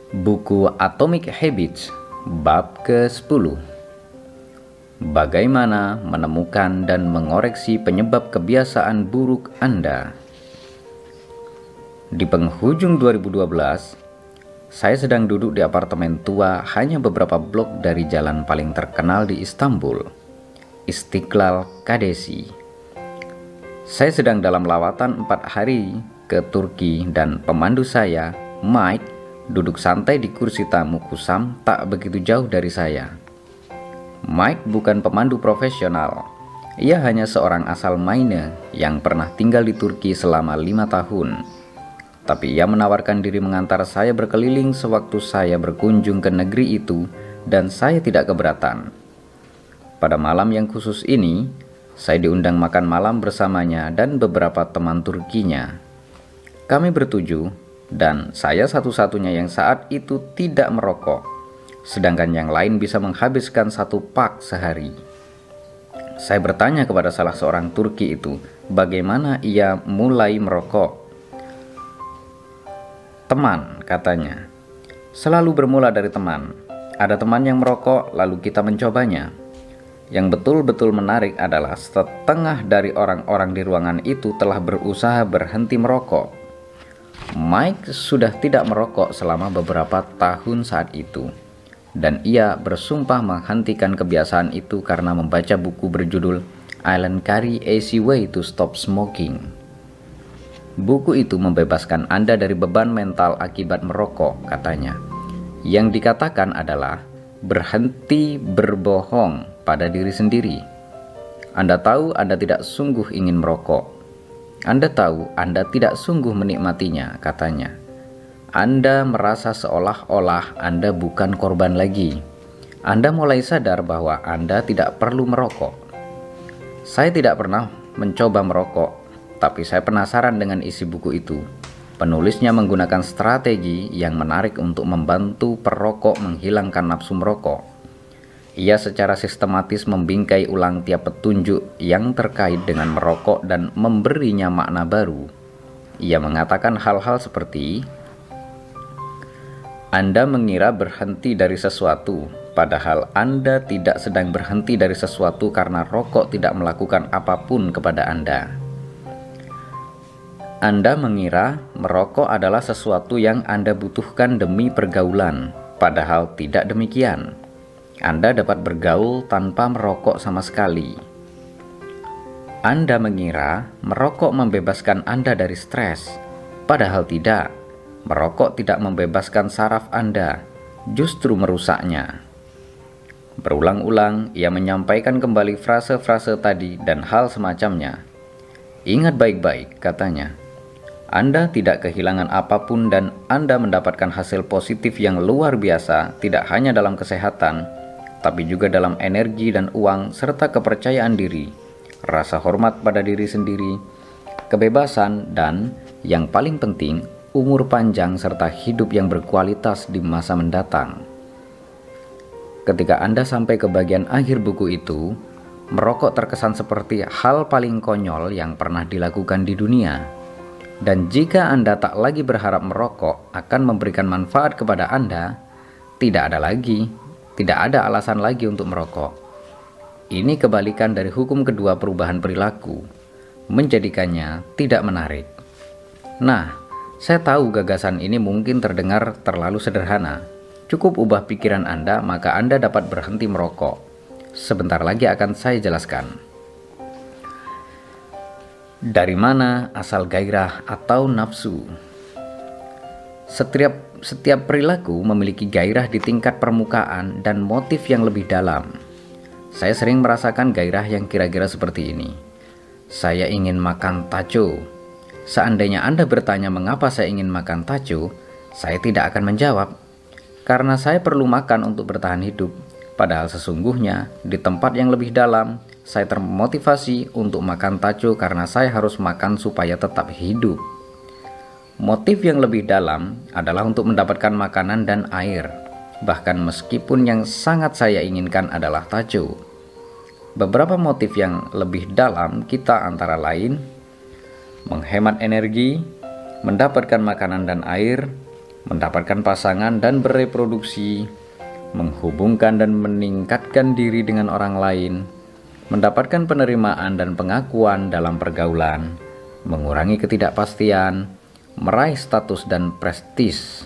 Buku Atomic Habits, bab ke-10. Bagaimana menemukan dan mengoreksi penyebab kebiasaan buruk Anda. Di penghujung 2012, saya sedang duduk di apartemen tua hanya beberapa blok dari jalan paling terkenal di Istanbul, Istiklal Caddesi. Saya sedang dalam lawatan 4 hari ke Turki dan pemandu saya, Mike, duduk santai di kursi tamu kusam tak begitu jauh dari saya. Mike bukan pemandu profesional. Ia hanya seorang asal Maine yang pernah tinggal di Turki selama 5 tahun. Tapi ia menawarkan diri mengantar saya berkeliling sewaktu saya berkunjung ke negeri itu, dan saya tidak keberatan. Pada malam yang khusus ini, saya diundang makan malam bersamanya dan beberapa teman Turkinya. Kami bertujuh, dan saya satu-satunya yang saat itu tidak merokok, sedangkan yang lain bisa menghabiskan 1 pak sehari. Saya bertanya kepada salah seorang Turki itu, bagaimana ia mulai merokok. Teman, katanya. Selalu bermula dari teman. Ada teman yang merokok, lalu kita mencobanya. Yang betul-betul menarik adalah setengah dari orang-orang di ruangan itu telah berusaha berhenti merokok. Mike sudah tidak merokok selama beberapa tahun saat itu, dan ia bersumpah menghentikan kebiasaan itu karena membaca buku berjudul Alan Carey Easy Way to Stop Smoking. Buku itu membebaskan Anda dari beban mental akibat merokok, katanya. Yang dikatakan adalah berhenti berbohong pada diri sendiri. Anda tahu Anda tidak sungguh ingin merokok. Anda tahu Anda tidak sungguh menikmatinya, katanya. Anda merasa seolah-olah Anda bukan korban lagi. Anda mulai sadar bahwa Anda tidak perlu merokok. Saya tidak pernah mencoba merokok, tapi saya penasaran dengan isi buku itu. Penulisnya menggunakan strategi yang menarik untuk membantu perokok menghilangkan nafsu merokok. Ia secara sistematis membingkai ulang tiap petunjuk yang terkait dengan merokok dan memberinya makna baru. Ia mengatakan hal-hal seperti, Anda mengira berhenti dari sesuatu, padahal Anda tidak sedang berhenti dari sesuatu karena rokok tidak melakukan apapun kepada Anda. Anda mengira merokok adalah sesuatu yang Anda butuhkan demi pergaulan, padahal tidak demikian. Anda dapat bergaul tanpa merokok sama sekali. Anda mengira merokok membebaskan Anda dari stres, padahal tidak. Merokok tidak membebaskan saraf Anda, justru merusaknya. Berulang-ulang, ia menyampaikan kembali frase-frase tadi dan hal semacamnya. Ingat baik-baik, katanya. Anda tidak kehilangan apapun dan Anda mendapatkan hasil positif yang luar biasa, tidak hanya dalam kesehatan, tapi juga dalam energi dan uang serta kepercayaan diri, rasa hormat pada diri sendiri, kebebasan, dan yang paling penting, umur panjang serta hidup yang berkualitas di masa mendatang. Ketika Anda sampai ke bagian akhir buku itu, merokok terkesan seperti hal paling konyol yang pernah dilakukan di dunia. Dan jika Anda tak lagi berharap merokok akan memberikan manfaat kepada Anda, tidak ada alasan lagi untuk merokok. Ini kebalikan dari hukum kedua perubahan perilaku, menjadikannya tidak menarik. Nah, saya tahu gagasan ini mungkin terdengar terlalu sederhana. Cukup ubah pikiran Anda, maka Anda dapat berhenti merokok. Sebentar lagi akan saya jelaskan. Dari mana asal gairah atau nafsu? Setiap perilaku memiliki gairah di tingkat permukaan dan motif yang lebih dalam. Saya sering merasakan gairah yang kira-kira seperti ini. Saya ingin makan taco. Seandainya Anda bertanya mengapa saya ingin makan taco, saya tidak akan menjawab. Karena saya perlu makan untuk bertahan hidup. Padahal sesungguhnya di tempat yang lebih dalam, saya termotivasi untuk makan taco karena saya harus makan supaya tetap hidup. Motif yang lebih dalam adalah untuk mendapatkan makanan dan air, bahkan meskipun yang sangat saya inginkan adalah taco. Beberapa motif yang lebih dalam kita antara lain menghemat energi, mendapatkan makanan dan air, mendapatkan pasangan dan bereproduksi, menghubungkan dan meningkatkan diri dengan orang lain, mendapatkan penerimaan dan pengakuan dalam pergaulan, mengurangi ketidakpastian, meraih status dan prestis.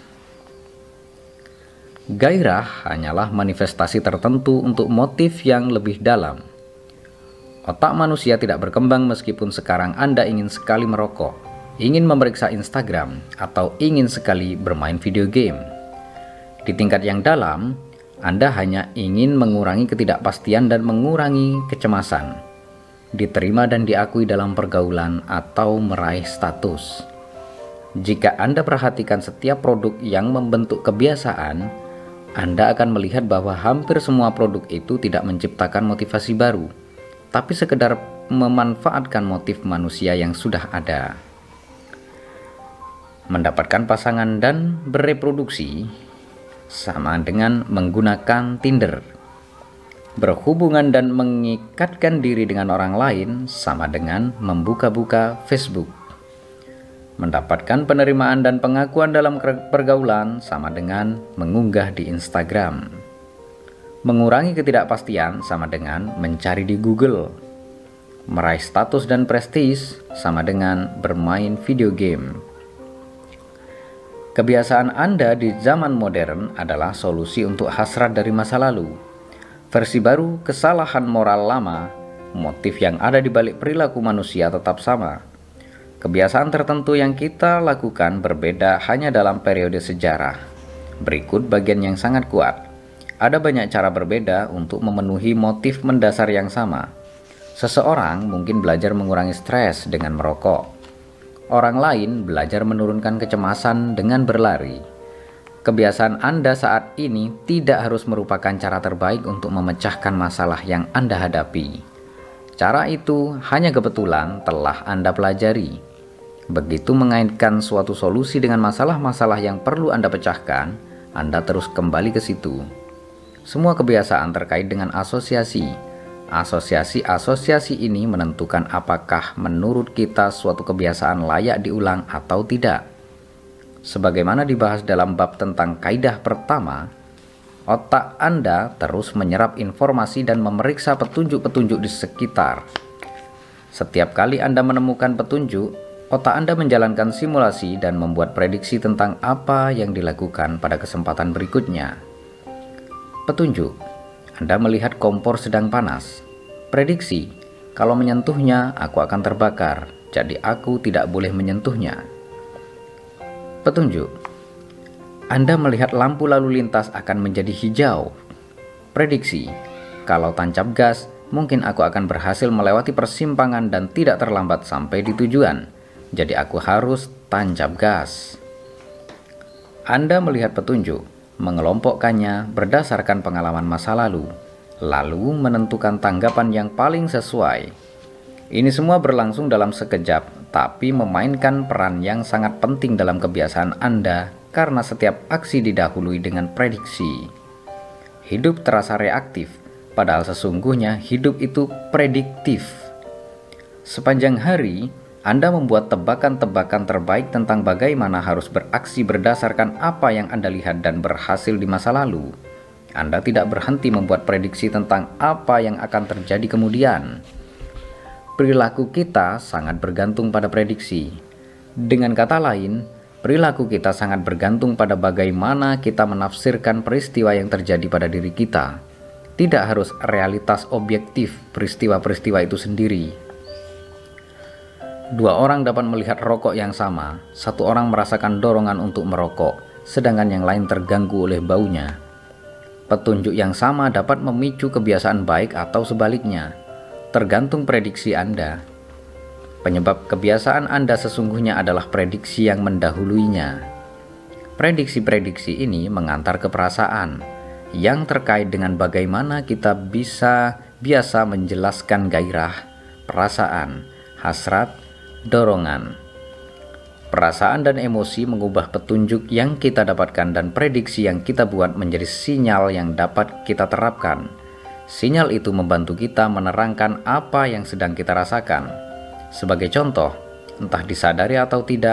Gairah hanyalah manifestasi tertentu untuk motif yang lebih dalam. Otak manusia tidak berkembang meskipun sekarang Anda ingin sekali merokok, ingin memeriksa Instagram, atau ingin sekali bermain video game. Di tingkat yang dalam, Anda hanya ingin mengurangi ketidakpastian dan mengurangi kecemasan, diterima dan diakui dalam pergaulan, atau meraih status. Jika Anda perhatikan setiap produk yang membentuk kebiasaan, Anda akan melihat bahwa hampir semua produk itu tidak menciptakan motivasi baru, tapi sekedar memanfaatkan motif manusia yang sudah ada. Mendapatkan pasangan dan bereproduksi sama dengan menggunakan Tinder. Berhubungan dan mengikatkan diri dengan orang lain sama dengan membuka-buka Facebook. Mendapatkan penerimaan dan pengakuan dalam pergaulan sama dengan mengunggah di Instagram. Mengurangi ketidakpastian sama dengan mencari di Google. Meraih status dan prestis sama dengan bermain video game. Kebiasaan Anda di zaman modern adalah solusi untuk hasrat dari masa lalu. Versi baru kesalahan moral lama, motif yang ada di balik perilaku manusia tetap sama. Kebiasaan tertentu yang kita lakukan berbeda hanya dalam periode sejarah. Berikut bagian yang sangat kuat. Ada banyak cara berbeda untuk memenuhi motif mendasar yang sama. Seseorang mungkin belajar mengurangi stres dengan merokok. Orang lain belajar menurunkan kecemasan dengan berlari. Kebiasaan Anda saat ini tidak harus merupakan cara terbaik untuk memecahkan masalah yang Anda hadapi. Cara itu hanya kebetulan telah Anda pelajari. Begitu mengaitkan suatu solusi dengan masalah-masalah yang perlu Anda pecahkan, Anda terus kembali ke situ. Semua kebiasaan terkait dengan asosiasi. Asosiasi ini menentukan apakah menurut kita suatu kebiasaan layak diulang atau tidak. Sebagaimana dibahas dalam bab tentang kaidah pertama, otak Anda terus menyerap informasi dan memeriksa petunjuk-petunjuk di sekitar. Setiap kali Anda menemukan petunjuk, otak Anda menjalankan simulasi dan membuat prediksi tentang apa yang dilakukan pada kesempatan berikutnya. Petunjuk: Anda melihat kompor sedang panas. Prediksi: kalau menyentuhnya, aku akan terbakar, jadi aku tidak boleh menyentuhnya. Petunjuk: Anda melihat lampu lalu lintas akan menjadi hijau. Prediksi: kalau tancap gas, mungkin aku akan berhasil melewati persimpangan dan tidak terlambat sampai di tujuan, jadi aku harus tancap gas. Anda melihat petunjuk, mengelompokkannya berdasarkan pengalaman masa lalu menentukan tanggapan yang paling sesuai. Ini semua berlangsung dalam sekejap, tapi memainkan peran yang sangat penting dalam kebiasaan Anda karena setiap aksi didahului dengan prediksi. Hidup terasa reaktif, padahal sesungguhnya hidup itu prediktif. Sepanjang hari, Anda membuat tebakan-tebakan terbaik tentang bagaimana harus beraksi berdasarkan apa yang Anda lihat dan berhasil di masa lalu. Anda tidak berhenti membuat prediksi tentang apa yang akan terjadi kemudian. Perilaku kita sangat bergantung pada prediksi. Dengan kata lain, perilaku kita sangat bergantung pada bagaimana kita menafsirkan peristiwa yang terjadi pada diri kita. Tidak harus realitas objektif peristiwa-peristiwa itu sendiri. Dua orang dapat melihat rokok yang sama. Satu orang merasakan dorongan untuk merokok, sedangkan yang lain terganggu oleh baunya. Petunjuk yang sama dapat memicu kebiasaan baik atau sebaliknya, tergantung prediksi Anda. Penyebab kebiasaan Anda sesungguhnya adalah prediksi yang mendahuluinya. Prediksi-prediksi ini mengantar ke perasaan, yang terkait dengan bagaimana kita biasa menjelaskan gairah, perasaan, hasrat, dorongan. Perasaan dan emosi mengubah petunjuk yang kita dapatkan dan prediksi yang kita buat menjadi sinyal yang dapat kita terapkan. Sinyal itu membantu kita menerangkan apa yang sedang kita rasakan. Sebagai contoh, entah disadari atau tidak,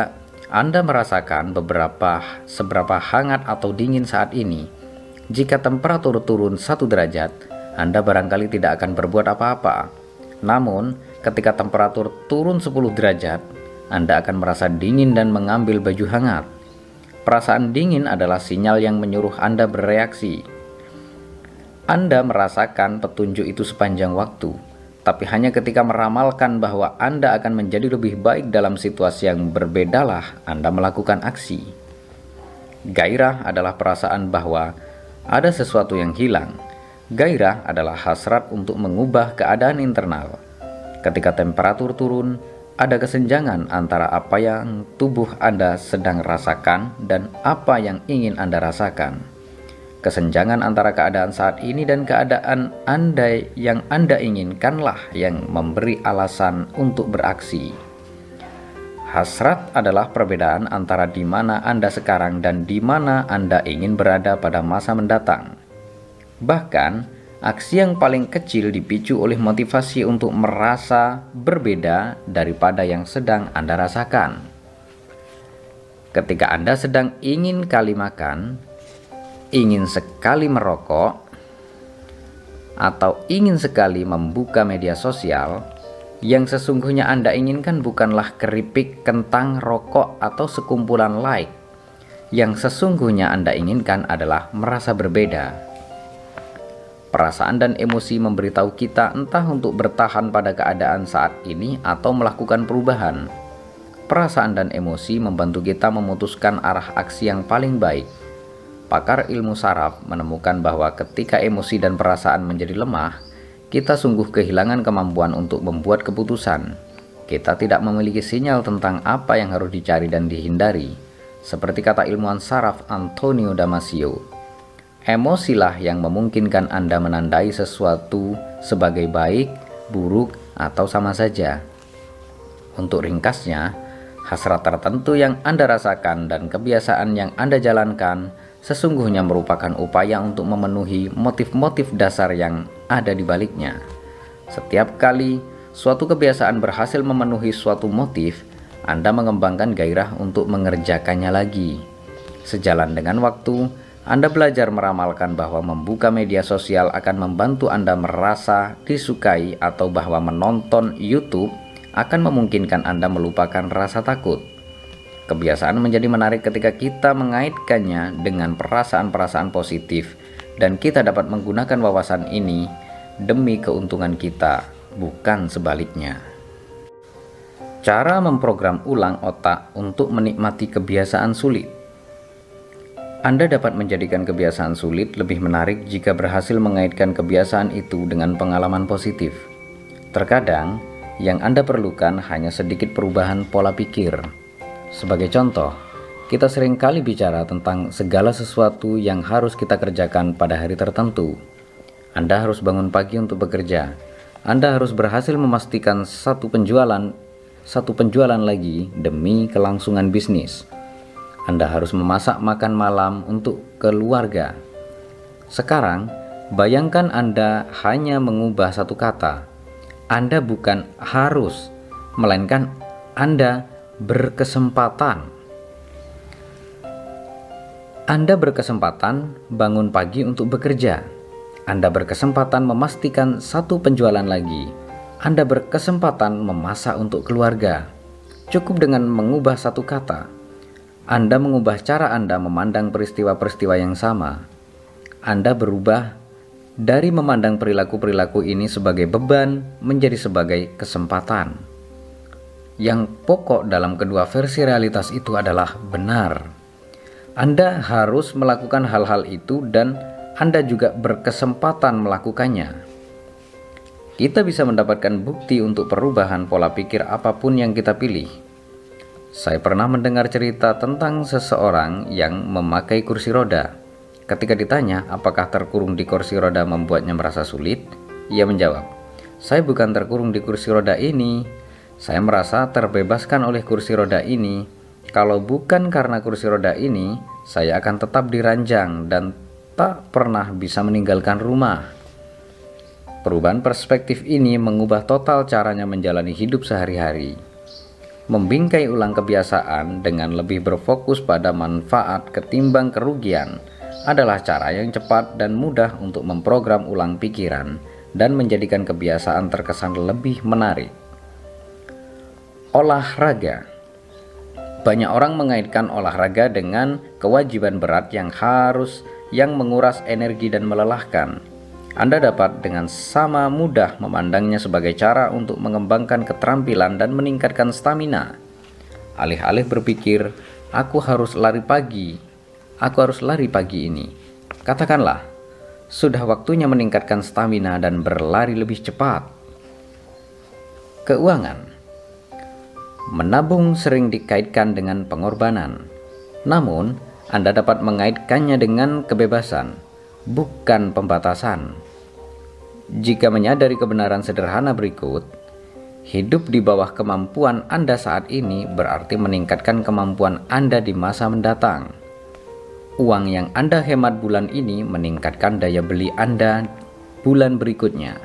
Anda merasakan seberapa hangat atau dingin saat ini. Jika temperatur turun 1 derajat, Anda barangkali tidak akan berbuat apa-apa. Namun, ketika temperatur turun 10 derajat, Anda akan merasa dingin dan mengambil baju hangat. Perasaan dingin adalah sinyal yang menyuruh Anda bereaksi. Anda merasakan petunjuk itu sepanjang waktu, tapi hanya ketika meramalkan bahwa Anda akan menjadi lebih baik dalam situasi yang berbedalah Anda melakukan aksi. Gairah adalah perasaan bahwa ada sesuatu yang hilang. Gairah adalah hasrat untuk mengubah keadaan internal. Ketika temperatur turun, ada kesenjangan antara apa yang tubuh Anda sedang rasakan dan apa yang ingin Anda rasakan. Kesenjangan antara keadaan saat ini dan keadaan Anda yang Anda inginkanlah yang memberi alasan untuk beraksi. Hasrat adalah perbedaan antara di mana Anda sekarang dan di mana Anda ingin berada pada masa mendatang. Bahkan, aksi yang paling kecil dipicu oleh motivasi untuk merasa berbeda daripada yang sedang Anda rasakan. Ketika Anda sedang ingin kali makan, ingin sekali merokok, atau ingin sekali membuka media sosial, yang sesungguhnya Anda inginkan bukanlah keripik, kentang, rokok, atau sekumpulan like. Yang sesungguhnya Anda inginkan adalah merasa berbeda. Perasaan dan emosi memberitahu kita entah untuk bertahan pada keadaan saat ini atau melakukan perubahan. Perasaan dan emosi membantu kita memutuskan arah aksi yang paling baik. Pakar ilmu saraf menemukan bahwa ketika emosi dan perasaan menjadi lemah, kita sungguh kehilangan kemampuan untuk membuat keputusan. Kita tidak memiliki sinyal tentang apa yang harus dicari dan dihindari. Seperti kata ilmuwan saraf Antonio Damasio, emosilah yang memungkinkan Anda menandai sesuatu sebagai baik, buruk, atau sama saja. Untuk ringkasnya, hasrat tertentu yang Anda rasakan dan kebiasaan yang Anda jalankan sesungguhnya merupakan upaya untuk memenuhi motif-motif dasar yang ada di baliknya. Setiap kali suatu kebiasaan berhasil memenuhi suatu motif, Anda mengembangkan gairah untuk mengerjakannya lagi. Sejalan dengan waktu, Anda belajar meramalkan bahwa membuka media sosial akan membantu Anda merasa disukai atau bahwa menonton YouTube akan memungkinkan Anda melupakan rasa takut. Kebiasaan menjadi menarik ketika kita mengaitkannya dengan perasaan-perasaan positif, dan kita dapat menggunakan wawasan ini demi keuntungan kita, bukan sebaliknya. Cara memprogram ulang otak untuk menikmati kebiasaan sulit. Anda dapat menjadikan kebiasaan sulit lebih menarik jika berhasil mengaitkan kebiasaan itu dengan pengalaman positif. Terkadang, yang Anda perlukan hanya sedikit perubahan pola pikir. Sebagai contoh, kita seringkali bicara tentang segala sesuatu yang harus kita kerjakan pada hari tertentu. Anda harus bangun pagi untuk bekerja. Anda harus berhasil memastikan satu penjualan lagi demi kelangsungan bisnis. Anda harus memasak makan malam untuk keluarga. Sekarang, bayangkan Anda hanya mengubah satu kata. Anda bukan harus, melainkan Anda berkesempatan. Anda berkesempatan bangun pagi untuk bekerja. Anda berkesempatan memastikan satu penjualan lagi. Anda berkesempatan memasak untuk keluarga. Cukup dengan mengubah satu kata. Anda mengubah cara Anda memandang peristiwa-peristiwa yang sama. Anda berubah dari memandang perilaku-perilaku ini sebagai beban menjadi sebagai kesempatan. Yang pokok dalam kedua versi realitas itu adalah benar. Anda harus melakukan hal-hal itu dan Anda juga berkesempatan melakukannya. Kita bisa mendapatkan bukti untuk perubahan pola pikir apapun yang kita pilih. Saya pernah mendengar cerita tentang seseorang yang memakai kursi roda. Ketika ditanya apakah terkurung di kursi roda membuatnya merasa sulit, ia menjawab, "Saya bukan terkurung di kursi roda ini. Saya merasa terbebaskan oleh kursi roda ini. Kalau bukan karena kursi roda ini, saya akan tetap diranjang dan tak pernah bisa meninggalkan rumah." Perubahan perspektif ini mengubah total caranya menjalani hidup sehari-hari. Membingkai ulang kebiasaan dengan lebih berfokus pada manfaat ketimbang kerugian adalah cara yang cepat dan mudah untuk memprogram ulang pikiran dan menjadikan kebiasaan terkesan lebih menarik. Olahraga. Banyak orang mengaitkan olahraga dengan kewajiban berat yang menguras energi dan melelahkan. Anda dapat dengan sama mudah memandangnya sebagai cara untuk mengembangkan keterampilan dan meningkatkan stamina. Alih-alih berpikir, aku harus lari pagi ini. Katakanlah, sudah waktunya meningkatkan stamina dan berlari lebih cepat. Keuangan. Menabung sering dikaitkan dengan pengorbanan. Namun, Anda dapat mengaitkannya dengan kebebasan, bukan pembatasan. Jika menyadari kebenaran sederhana berikut, hidup di bawah kemampuan Anda saat ini berarti meningkatkan kemampuan Anda di masa mendatang. Uang yang Anda hemat bulan ini meningkatkan daya beli Anda bulan berikutnya.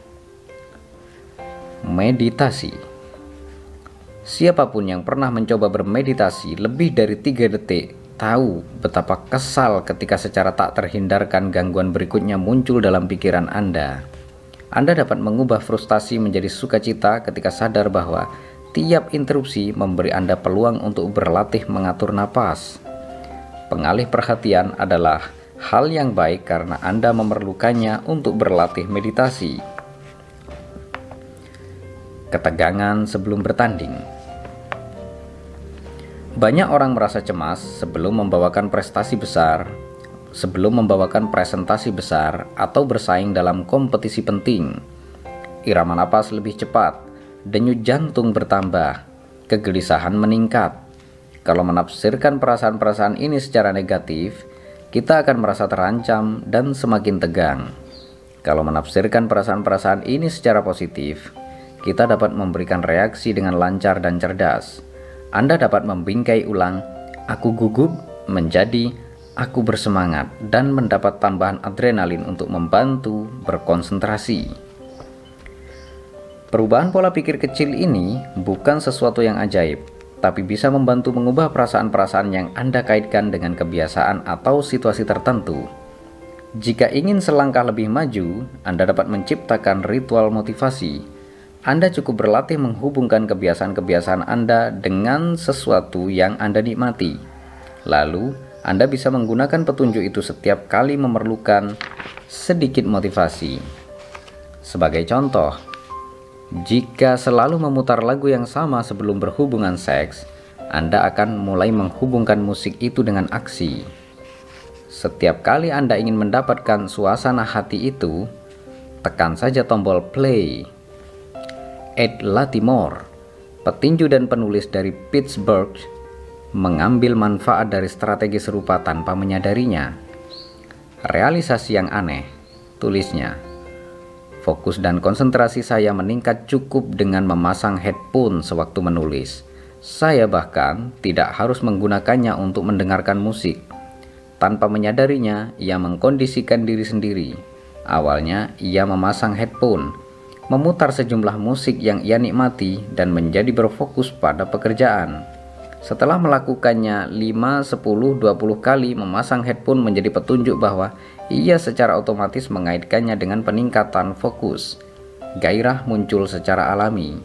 Meditasi. Siapapun yang pernah mencoba bermeditasi lebih dari 3 detik tahu betapa kesal ketika secara tak terhindarkan gangguan berikutnya muncul dalam pikiran Anda. Anda dapat mengubah frustasi menjadi sukacita ketika sadar bahwa tiap interupsi memberi Anda peluang untuk berlatih mengatur napas. Pengalih perhatian adalah hal yang baik karena Anda memerlukannya untuk berlatih meditasi. Ketegangan sebelum bertanding. Banyak orang merasa cemas sebelum membawakan presentasi besar atau bersaing dalam kompetisi penting. Irama napas lebih cepat, denyut jantung bertambah, kegelisahan meningkat. Kalau menafsirkan perasaan-perasaan ini secara negatif, kita akan merasa terancam dan semakin tegang. Kalau menafsirkan perasaan-perasaan ini secara positif, kita dapat memberikan reaksi dengan lancar dan cerdas. Anda dapat membingkai ulang "aku gugup" menjadi "aku bersemangat" dan mendapat tambahan adrenalin untuk membantu berkonsentrasi. Perubahan pola pikir kecil ini bukan sesuatu yang ajaib, tapi bisa membantu mengubah perasaan-perasaan yang Anda kaitkan dengan kebiasaan atau situasi tertentu. Jika ingin selangkah lebih maju, Anda dapat menciptakan ritual motivasi. Anda cukup berlatih menghubungkan kebiasaan-kebiasaan Anda dengan sesuatu yang Anda nikmati. Lalu, Anda bisa menggunakan petunjuk itu setiap kali memerlukan sedikit motivasi. Sebagai contoh, jika selalu memutar lagu yang sama sebelum berhubungan seks, Anda akan mulai menghubungkan musik itu dengan aksi. Setiap kali Anda ingin mendapatkan suasana hati itu, tekan saja tombol play. Ed Latimore, petinju dan penulis dari Pittsburgh, mengambil manfaat dari strategi serupa tanpa menyadarinya. Realisasi yang aneh, tulisnya. Fokus dan konsentrasi saya meningkat cukup dengan memasang headphone sewaktu menulis. Saya bahkan tidak harus menggunakannya untuk mendengarkan musik. Tanpa menyadarinya, ia mengkondisikan diri sendiri. Awalnya, ia memasang headphone, memutar sejumlah musik yang ia nikmati dan menjadi berfokus pada pekerjaan. Setelah melakukannya 5, 10, 20 kali, memasang headphone menjadi petunjuk bahwa ia secara otomatis mengaitkannya dengan peningkatan fokus. Gairah muncul secara alami.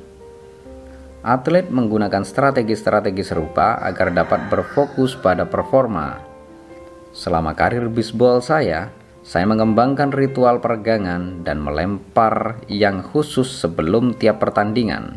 Atlet menggunakan strategi-strategi serupa agar dapat berfokus pada performa. Selama karir bisbol saya mengembangkan ritual peregangan dan melempar yang khusus sebelum tiap pertandingan.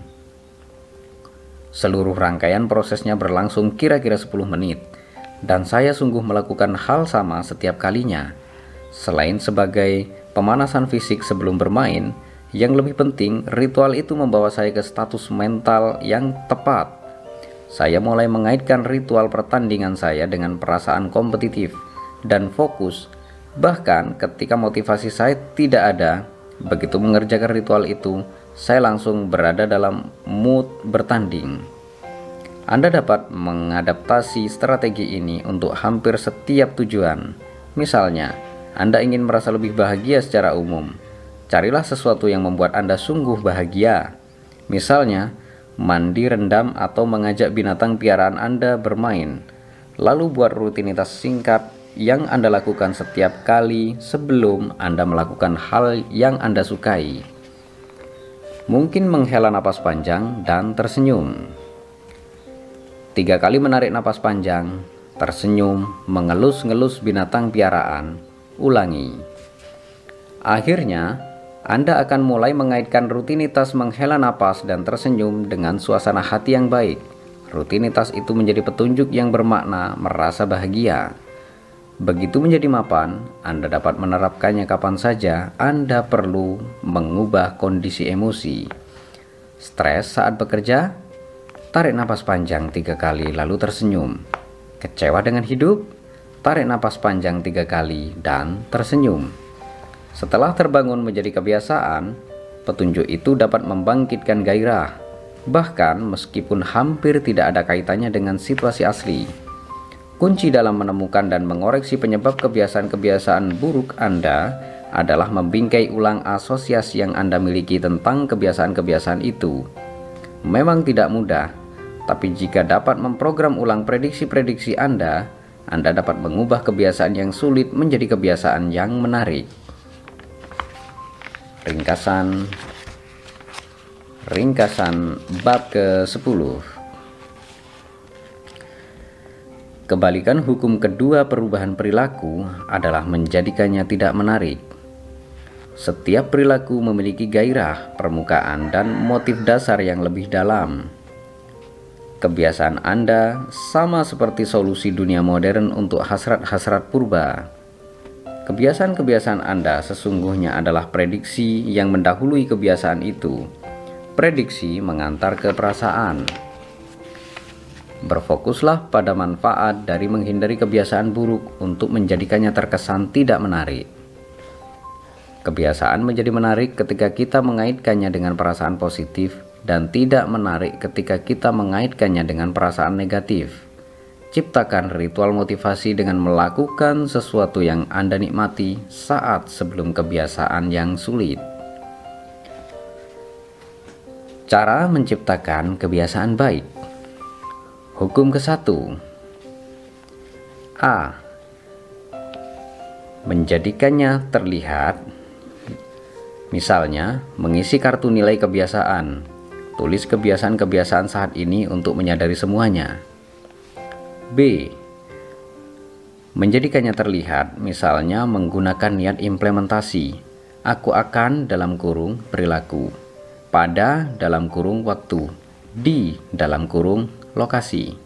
Seluruh rangkaian prosesnya berlangsung kira-kira 10 menit, dan saya sungguh melakukan hal sama setiap kalinya. Selain sebagai pemanasan fisik sebelum bermain, yang lebih penting, ritual itu membawa saya ke status mental yang tepat. Saya mulai mengaitkan ritual pertandingan saya dengan perasaan kompetitif dan fokus. Bahkan ketika motivasi saya tidak ada, begitu mengerjakan ritual itu, saya langsung berada dalam mood bertanding. Anda dapat mengadaptasi strategi ini untuk hampir setiap tujuan. Misalnya, Anda ingin merasa lebih bahagia secara umum. Carilah sesuatu yang membuat Anda sungguh bahagia. Misalnya, mandi rendam atau mengajak binatang piaraan Anda bermain. Lalu buat rutinitas singkat yang Anda lakukan setiap kali sebelum Anda melakukan hal yang Anda sukai. Mungkin menghela napas panjang dan tersenyum. 3 kali menarik napas panjang, tersenyum, mengelus-ngelus binatang piaraan. Ulangi. Akhirnya, Anda akan mulai mengaitkan rutinitas menghela napas dan tersenyum dengan suasana hati yang baik. Rutinitas itu menjadi petunjuk yang bermakna merasa bahagia. Begitu menjadi mapan, Anda dapat menerapkannya kapan saja Anda perlu mengubah kondisi emosi. Stres saat bekerja? Tarik napas panjang 3 kali lalu tersenyum. Kecewa dengan hidup? Tarik napas panjang 3 kali dan tersenyum. Setelah terbangun menjadi kebiasaan, petunjuk itu dapat membangkitkan gairah. Bahkan meskipun hampir tidak ada kaitannya dengan situasi asli. Kunci dalam menemukan dan mengoreksi penyebab kebiasaan-kebiasaan buruk Anda adalah membingkai ulang asosiasi yang Anda miliki tentang kebiasaan-kebiasaan itu. Memang tidak mudah, tapi jika dapat memprogram ulang prediksi-prediksi Anda dapat mengubah kebiasaan yang sulit menjadi kebiasaan yang menarik. Ringkasan bab ke-10. Kebalikan hukum kedua perubahan perilaku adalah menjadikannya tidak menarik. Setiap perilaku memiliki gairah, permukaan, dan motif dasar yang lebih dalam. Kebiasaan Anda sama seperti solusi dunia modern untuk hasrat-hasrat purba. Kebiasaan-kebiasaan Anda sesungguhnya adalah prediksi yang mendahului kebiasaan itu. Prediksi mengantar ke perasaan. Berfokuslah pada manfaat dari menghindari kebiasaan buruk untuk menjadikannya terkesan tidak menarik. Kebiasaan menjadi menarik ketika kita mengaitkannya dengan perasaan positif dan tidak menarik ketika kita mengaitkannya dengan perasaan negatif. Ciptakan ritual motivasi dengan melakukan sesuatu yang Anda nikmati saat sebelum kebiasaan yang sulit. Cara menciptakan kebiasaan baik. Hukum ke-1. A. Menjadikannya terlihat. Misalnya, mengisi kartu nilai kebiasaan. Tulis kebiasaan-kebiasaan saat ini untuk menyadari semuanya. B. Menjadikannya terlihat, misalnya menggunakan niat implementasi. Aku akan dalam kurung perilaku. Pada dalam kurung waktu, di dalam kurung lokasi.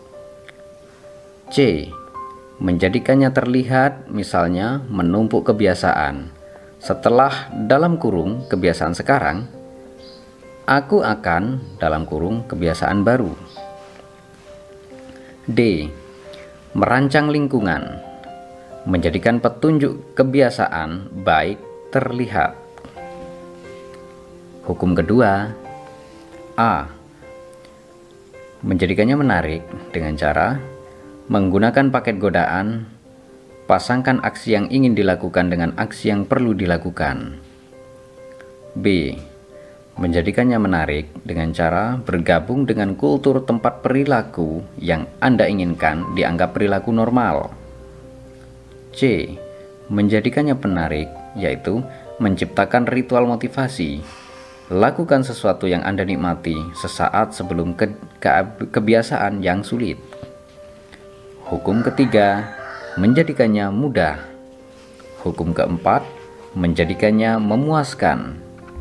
C. Menjadikannya terlihat, misalnya menumpuk kebiasaan. Setelah dalam kurung kebiasaan sekarang, aku akan dalam kurung kebiasaan baru. D. Merancang lingkungan. Menjadikan petunjuk kebiasaan baik terlihat. Hukum kedua. A. Menjadikannya menarik dengan cara menggunakan paket godaan. Pasangkan aksi yang ingin dilakukan dengan aksi yang perlu dilakukan. B. Menjadikannya menarik dengan cara bergabung dengan kultur tempat perilaku yang Anda inginkan dianggap perilaku normal. C. Menjadikannya menarik, yaitu menciptakan ritual motivasi. Lakukan sesuatu yang Anda nikmati sesaat sebelum kebiasaan yang sulit. Hukum ketiga, menjadikannya mudah. Hukum keempat, menjadikannya memuaskan.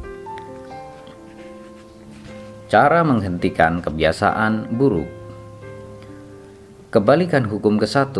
Cara menghentikan kebiasaan buruk. Kebalikan hukum ke-1,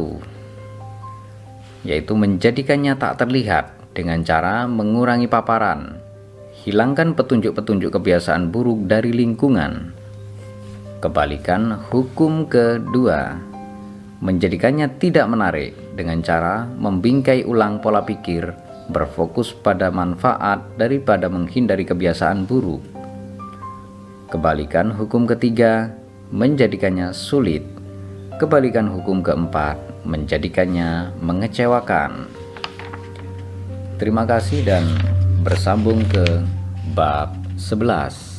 yaitu menjadikannya tak terlihat dengan cara mengurangi paparan. Hilangkan petunjuk-petunjuk kebiasaan buruk dari lingkungan. Kebalikan hukum kedua, menjadikannya tidak menarik dengan cara membingkai ulang pola pikir, berfokus pada manfaat daripada menghindari kebiasaan buruk. Kebalikan hukum ketiga, menjadikannya sulit. Kebalikan hukum keempat, menjadikannya mengecewakan. Terima kasih dan bersambung ke bab 11.